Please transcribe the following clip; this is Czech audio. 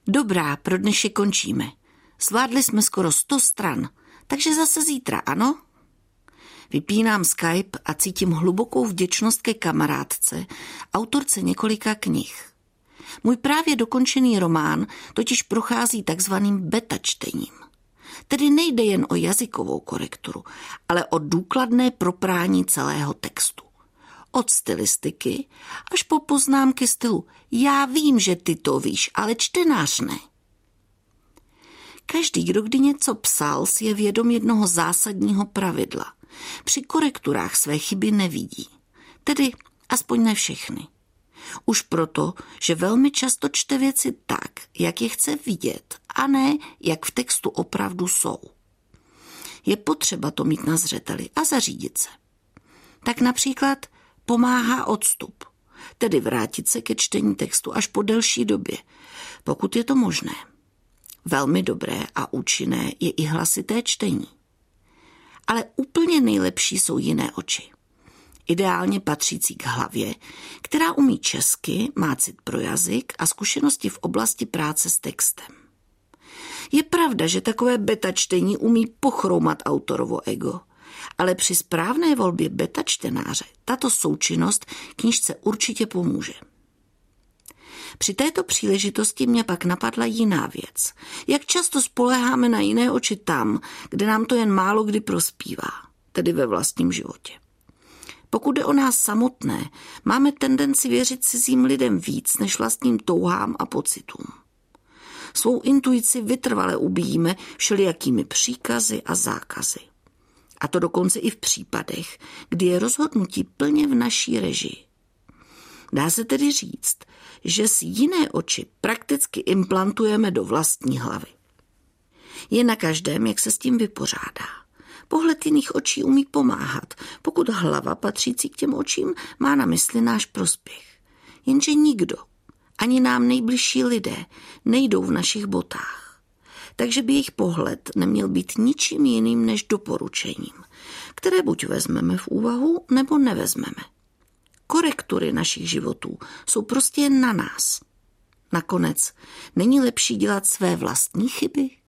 Dobrá, pro dnešek končíme. Zvládli jsme skoro 100 stran, takže zase zítra, ano? Vypínám Skype a cítím hlubokou vděčnost ke kamarádce, autorce několika knih. Můj právě dokončený román totiž prochází takzvaným beta čtením. Tedy nejde jen o jazykovou korekturu, ale o důkladné proprání celého textu. Od stylistiky až po poznámky stylu já vím, že ty to víš, ale čtenář ne. Každý, kdo kdy něco psal, si je vědom jednoho zásadního pravidla. Při korekturách své chyby nevidí. Tedy aspoň ne všechny. Už proto, že velmi často čte věci tak, jak je chce vidět, a ne, jak v textu opravdu jsou. Je potřeba to mít na zřeteli a zařídit se. Tak například pomáhá odstup, tedy vrátit se ke čtení textu až po delší době, pokud je to možné. Velmi dobré a účinné je i hlasité čtení. Ale úplně nejlepší jsou jiné oči. Ideálně patřící k hlavě, která umí česky, má cit pro jazyk a zkušenosti v oblasti práce s textem. Je pravda, že takové beta čtení umí pochroumat autorovo ego, ale při správné volbě beta čtenáře tato součinnost knížce určitě pomůže. Při této příležitosti mě pak napadla jiná věc. Jak často spoléháme na jiné oči tam, kde nám to jen málo kdy prospívá, tedy ve vlastním životě. Pokud jde o nás samotné, máme tendenci věřit cizím lidem víc než vlastním touhám a pocitům. Svou intuici vytrvale ubíjíme všelijakými příkazy a zákazy. A to dokonce i v případech, kdy je rozhodnutí plně v naší režii. Dá se tedy říct, že si jiné oči prakticky implantujeme do vlastní hlavy. Je na každém, jak se s tím vypořádá. Pohled jiných očí umí pomáhat, pokud hlava patřící k těm očím má na mysli náš prospěch. Jenže nikdo, ani nám nejbližší lidé, nejdou v našich botách. Takže by jejich pohled neměl být ničím jiným než doporučením, které buď vezmeme v úvahu, nebo nevezmeme. Korektury našich životů jsou prostě jen na nás. Nakonec není lepší dělat své vlastní chyby?